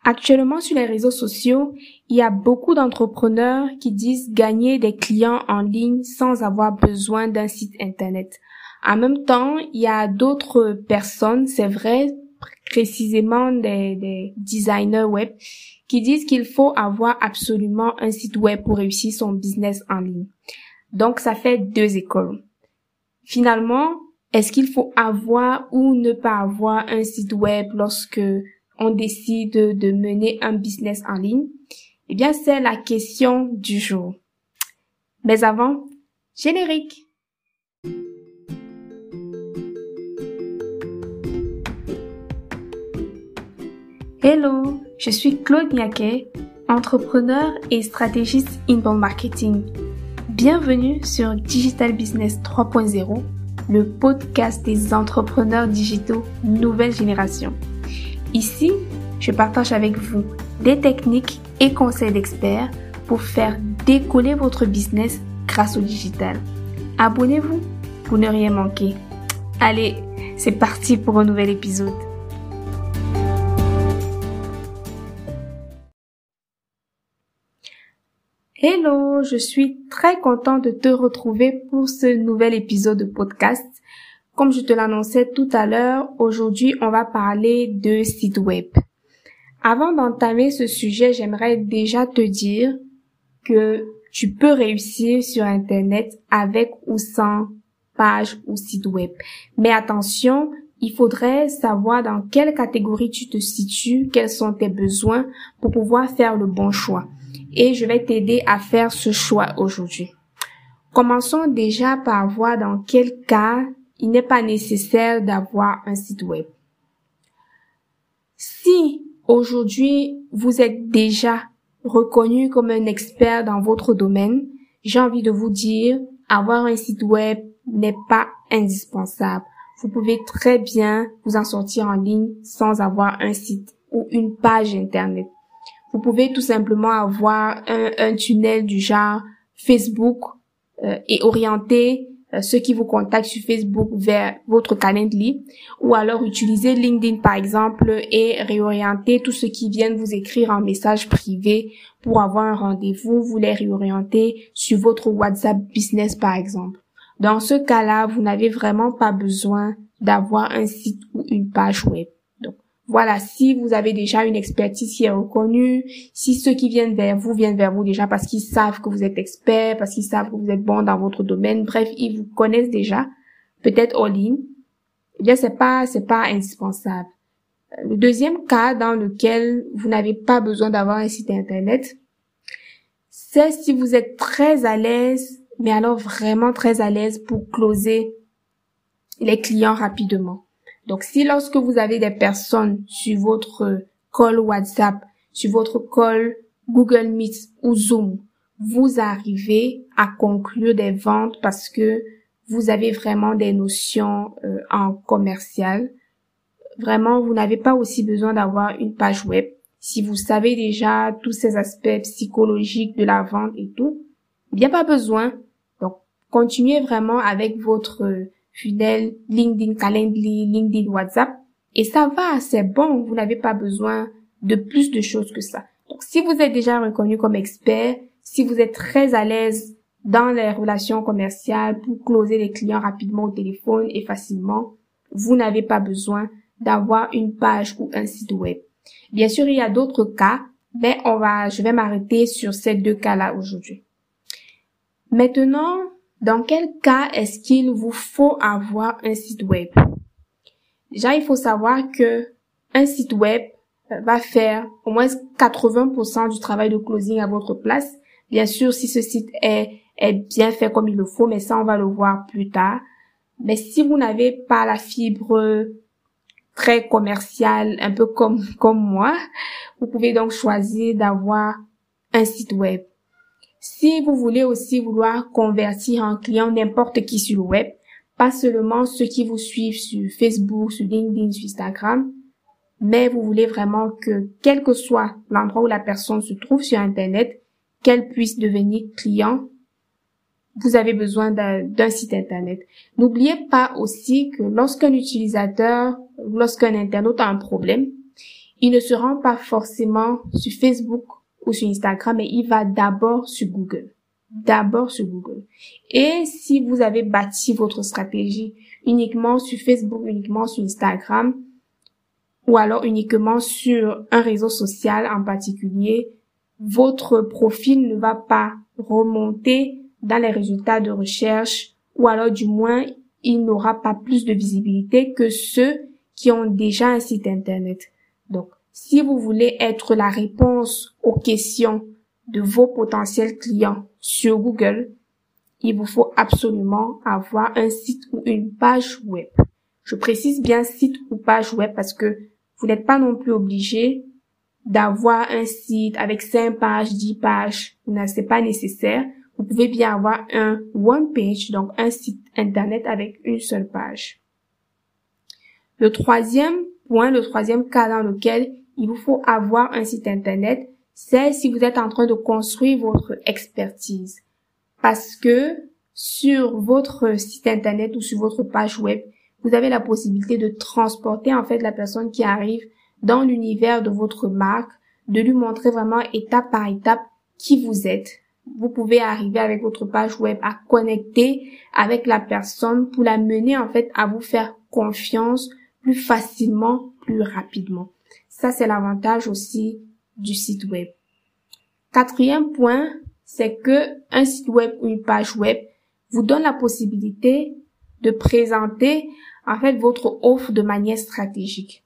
Actuellement, sur les réseaux sociaux, il y a beaucoup d'entrepreneurs qui disent gagner des clients en ligne sans avoir besoin d'un site internet. En même temps, il y a d'autres personnes, c'est vrai, précisément des designers web, qui disent qu'il faut avoir absolument un site web pour réussir son business en ligne. Donc, ça fait deux écoles. Finalement, est-ce qu'il faut avoir ou ne pas avoir un site web lorsque on décide de mener un business en ligne? Eh bien, c'est la question du jour. Mais avant, générique. Hello, je suis Claude Niaquet, entrepreneur et stratégiste inbound marketing. Bienvenue sur Digital Business 3.0, le podcast des entrepreneurs digitaux nouvelle génération. Ici, je partage avec vous des techniques et conseils d'experts pour faire décoller votre business grâce au digital. Abonnez-vous pour ne rien manquer. Allez, c'est parti pour un nouvel épisode. Hello, je suis très contente de te retrouver pour ce nouvel épisode de podcast. Comme je te l'annonçais tout à l'heure, aujourd'hui, on va parler de site web. Avant d'entamer ce sujet, j'aimerais déjà te dire que tu peux réussir sur Internet avec ou sans page ou site web. Mais attention, il faudrait savoir dans quelle catégorie tu te situes, quels sont tes besoins pour pouvoir faire le bon choix. Et je vais t'aider à faire ce choix aujourd'hui. Commençons déjà par voir dans quel cas il n'est pas nécessaire d'avoir un site web. Si aujourd'hui vous êtes déjà reconnu comme un expert dans votre domaine, j'ai envie de vous dire, avoir un site web n'est pas indispensable. Vous pouvez très bien vous en sortir en ligne sans avoir un site ou une page internet. Vous pouvez tout simplement avoir un tunnel du genre Facebook et orienter ceux qui vous contactent sur Facebook vers votre Calendly, ou alors utiliser LinkedIn par exemple et réorienter tous ceux qui viennent vous écrire en message privé pour avoir un rendez-vous, vous les réorienter sur votre WhatsApp Business par exemple. Dans ce cas-là, vous n'avez vraiment pas besoin d'avoir un site ou une page web. Voilà, si vous avez déjà une expertise qui est reconnue, si ceux qui viennent vers vous déjà parce qu'ils savent que vous êtes expert, parce qu'ils savent que vous êtes bon dans votre domaine, bref, ils vous connaissent déjà, peut-être en ligne, eh bien, c'est pas indispensable. Le deuxième cas dans lequel vous n'avez pas besoin d'avoir un site internet, c'est si vous êtes très à l'aise, mais alors vraiment très à l'aise pour closer les clients rapidement. Donc, si lorsque vous avez des personnes sur votre call WhatsApp, sur votre call Google Meet ou Zoom, vous arrivez à conclure des ventes parce que vous avez vraiment des notions en commercial. Vraiment, vous n'avez pas aussi besoin d'avoir une page web. Si vous savez déjà tous ces aspects psychologiques de la vente et tout, bien pas besoin. Donc, continuez vraiment avec votre funnel, LinkedIn, Calendly, LinkedIn, WhatsApp. Et ça va, c'est bon. Vous n'avez pas besoin de plus de choses que ça. Donc, si vous êtes déjà reconnu comme expert, si vous êtes très à l'aise dans les relations commerciales pour closer les clients rapidement au téléphone et facilement, vous n'avez pas besoin d'avoir une page ou un site web. Bien sûr, il y a d'autres cas, mais je vais m'arrêter sur ces deux cas-là aujourd'hui. Maintenant, dans quel cas est-ce qu'il vous faut avoir un site web? Déjà, il faut savoir que un site web va faire au moins 80% du travail de closing à votre place. Bien sûr, si ce site est bien fait comme il le faut, mais ça, on va le voir plus tard. Mais si vous n'avez pas la fibre très commerciale, un peu comme moi, vous pouvez donc choisir d'avoir un site web. Si vous voulez aussi convertir en client n'importe qui sur le web, pas seulement ceux qui vous suivent sur Facebook, sur LinkedIn, sur Instagram, mais vous voulez vraiment que, quel que soit l'endroit où la personne se trouve sur Internet, qu'elle puisse devenir client, vous avez besoin d'un site Internet. N'oubliez pas aussi que lorsqu'un internaute a un problème, il ne se rend pas forcément sur Facebook ou sur Instagram, mais il va d'abord sur Google. D'abord sur Google. Et si vous avez bâti votre stratégie uniquement sur Facebook, uniquement sur Instagram, ou alors uniquement sur un réseau social en particulier, votre profil ne va pas remonter dans les résultats de recherche, ou alors du moins, il n'aura pas plus de visibilité que ceux qui ont déjà un site internet. Donc, si vous voulez être la réponse aux questions de vos potentiels clients sur Google, il vous faut absolument avoir un site ou une page web. Je précise bien site ou page web parce que vous n'êtes pas non plus obligé d'avoir un site avec 5 pages, 10 pages. Non, c'est pas nécessaire. Vous pouvez bien avoir un one page, donc un site internet avec une seule page. Le troisième point, le troisième cas dans lequel il vous faut avoir un site internet, c'est si vous êtes en train de construire votre expertise. Parce que sur votre site internet ou sur votre page web, vous avez la possibilité de transporter en fait la personne qui arrive dans l'univers de votre marque, de lui montrer vraiment étape par étape qui vous êtes. Vous pouvez arriver avec votre page web à connecter avec la personne pour la mener en fait à vous faire confiance plus facilement, plus rapidement. Ça, c'est l'avantage aussi du site web. Quatrième point, c'est que un site web ou une page web vous donne la possibilité de présenter en fait votre offre de manière stratégique,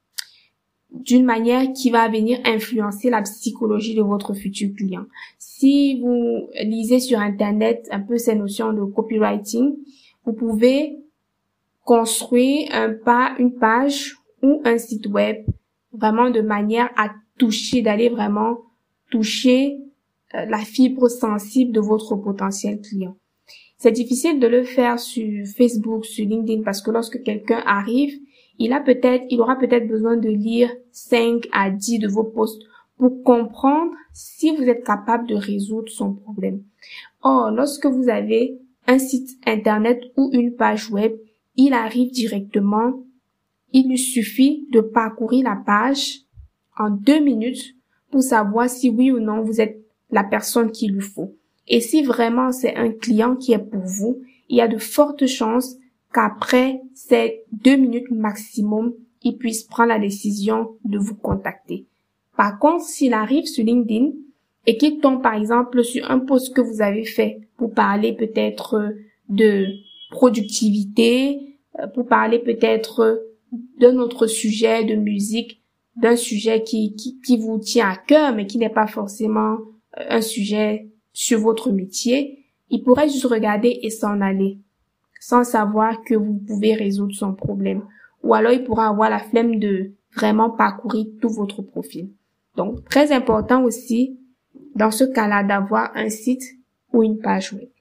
d'une manière qui va venir influencer la psychologie de votre futur client. Si vous lisez sur Internet un peu ces notions de copywriting, vous pouvez construire une page ou un site web vraiment de manière à toucher, d'aller vraiment toucher la fibre sensible de votre potentiel client. C'est difficile de le faire sur Facebook, sur LinkedIn, parce que lorsque quelqu'un arrive, il aura peut-être besoin de lire 5 à 10 de vos posts pour comprendre si vous êtes capable de résoudre son problème. Or, lorsque vous avez un site internet ou une page web, il arrive directement, il lui suffit de parcourir la page en 2 minutes pour savoir si oui ou non vous êtes la personne qu'il lui faut. Et si vraiment c'est un client qui est pour vous, il y a de fortes chances qu'après ces 2 minutes maximum, il puisse prendre la décision de vous contacter. Par contre, s'il arrive sur LinkedIn et qu'il tombe par exemple sur un post que vous avez fait pour parler peut-être de productivité, pour parler peut-être d'un autre sujet de musique, d'un sujet qui vous tient à cœur mais qui n'est pas forcément un sujet sur votre métier, il pourrait juste regarder et s'en aller, sans savoir que vous pouvez résoudre son problème. Ou alors il pourra avoir la flemme de vraiment parcourir tout votre profil. Donc, très important aussi, dans ce cas-là, d'avoir un site ou une page web.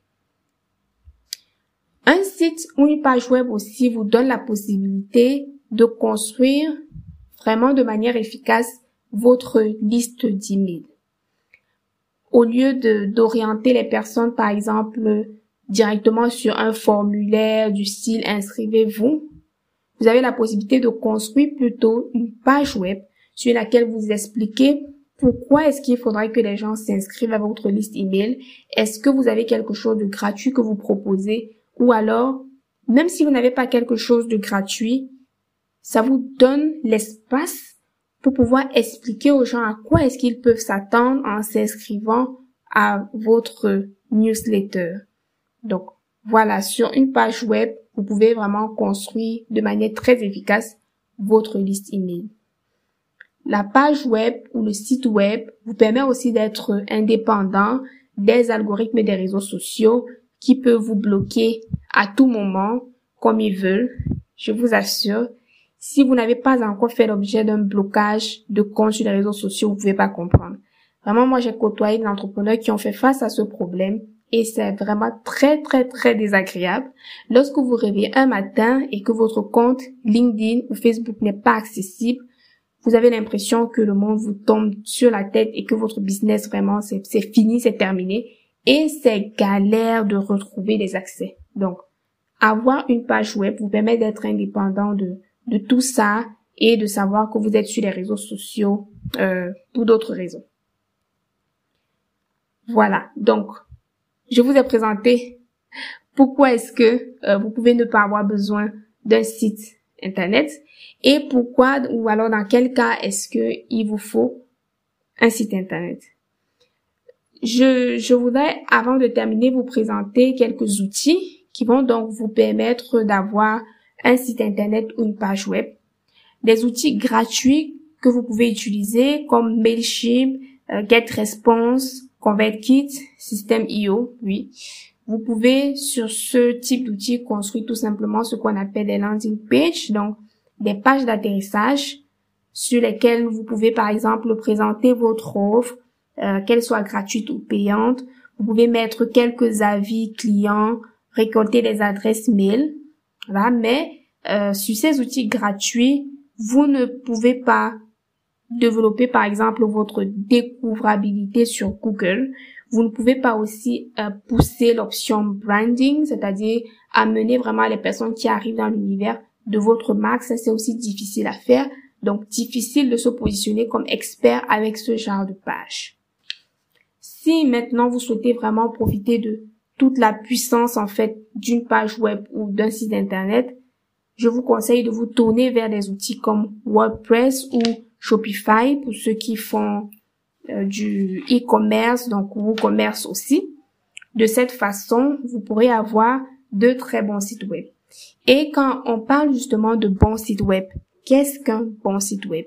Un site ou une page web aussi vous donne la possibilité de construire vraiment de manière efficace votre liste d'emails. Au lieu d'orienter les personnes, par exemple, directement sur un formulaire du style « Inscrivez-vous », vous avez la possibilité de construire plutôt une page web sur laquelle vous expliquez pourquoi est-ce qu'il faudrait que les gens s'inscrivent à votre liste email. Est-ce que vous avez quelque chose de gratuit que vous proposez? Ou alors, même si vous n'avez pas quelque chose de gratuit, ça vous donne l'espace pour pouvoir expliquer aux gens à quoi est-ce qu'ils peuvent s'attendre en s'inscrivant à votre newsletter. Donc, voilà, sur une page web, vous pouvez vraiment construire de manière très efficace votre liste email. La page web ou le site web vous permet aussi d'être indépendant des algorithmes et des réseaux sociaux qui peuvent vous bloquer à tout moment comme ils veulent. Je vous assure, si vous n'avez pas encore fait l'objet d'un blocage de compte sur les réseaux sociaux, vous ne pouvez pas comprendre. Vraiment, moi, j'ai côtoyé des entrepreneurs qui ont fait face à ce problème et c'est vraiment très, très, très désagréable. Lorsque vous réveillez un matin et que votre compte LinkedIn ou Facebook n'est pas accessible, vous avez l'impression que le monde vous tombe sur la tête et que votre business vraiment, c'est fini, c'est terminé. Et c'est galère de retrouver les accès. Donc, avoir une page web vous permet d'être indépendant de tout ça et de savoir que vous êtes sur les réseaux sociaux pour d'autres raisons. Voilà, donc je vous ai présenté pourquoi est-ce que vous pouvez ne pas avoir besoin d'un site internet et pourquoi ou alors dans quel cas est-ce que il vous faut un site internet. Je voudrais, avant de terminer, vous présenter quelques outils qui vont donc vous permettre d'avoir un site internet ou une page web. Des outils gratuits que vous pouvez utiliser comme Mailchimp, GetResponse, ConvertKit, System.io, oui. Vous pouvez, sur ce type d'outils, construire tout simplement ce qu'on appelle des landing pages, donc des pages d'atterrissage sur lesquelles vous pouvez, par exemple, présenter votre offre, qu'elle soit gratuite ou payante. Vous pouvez mettre quelques avis clients, récolter des adresses mail. Voilà, mais sur ces outils gratuits, vous ne pouvez pas développer, par exemple, votre découvrabilité sur Google. Vous ne pouvez pas aussi pousser l'option branding, c'est-à-dire amener vraiment les personnes qui arrivent dans l'univers de votre marque. Ça, c'est aussi difficile à faire. Donc, difficile de se positionner comme expert avec ce genre de page. Si maintenant vous souhaitez vraiment profiter de toute la puissance en fait d'une page web ou d'un site internet, je vous conseille de vous tourner vers des outils comme WordPress ou Shopify pour ceux qui font du e-commerce, donc WooCommerce aussi. De cette façon, vous pourrez avoir de très bons sites web. Et quand on parle justement de bons sites web, qu'est-ce qu'un bon site web?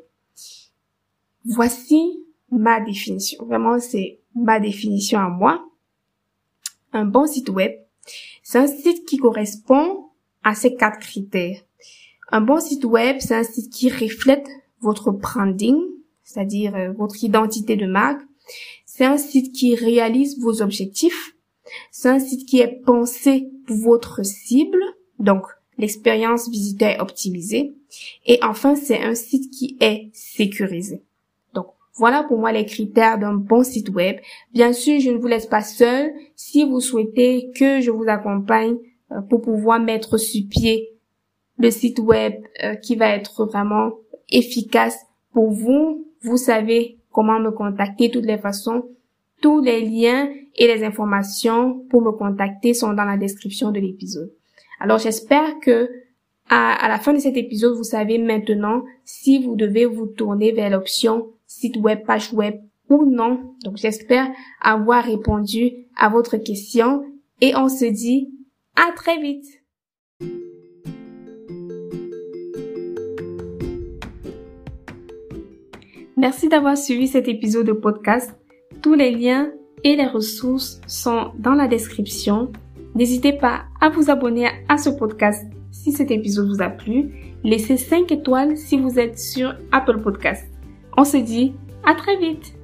Voici ma définition. Vraiment, c'est ma définition à moi. Un bon site web, c'est un site qui correspond à ces 4 critères. Un bon site web, c'est un site qui reflète votre branding, c'est-à-dire votre identité de marque. C'est un site qui réalise vos objectifs. C'est un site qui est pensé pour votre cible, donc l'expérience visiteur est optimisée. Et enfin, c'est un site qui est sécurisé. Donc, voilà pour moi les critères d'un bon site web. Bien sûr, je ne vous laisse pas seul. Si vous souhaitez que je vous accompagne pour pouvoir mettre sur pied le site web qui va être vraiment efficace pour vous, vous savez comment me contacter, toutes les façons. Tous les liens et les informations pour me contacter sont dans la description de l'épisode. Alors, j'espère que à la fin de cet épisode, vous savez maintenant si vous devez vous tourner vers l'option site web, page web ou non. Donc, j'espère avoir répondu à votre question et on se dit à très vite. Merci d'avoir suivi cet épisode de podcast. Tous les liens et les ressources sont dans la description. N'hésitez pas à vous abonner à ce podcast si cet épisode vous a plu. Laissez 5 étoiles si vous êtes sur Apple Podcast. On se dit à très vite.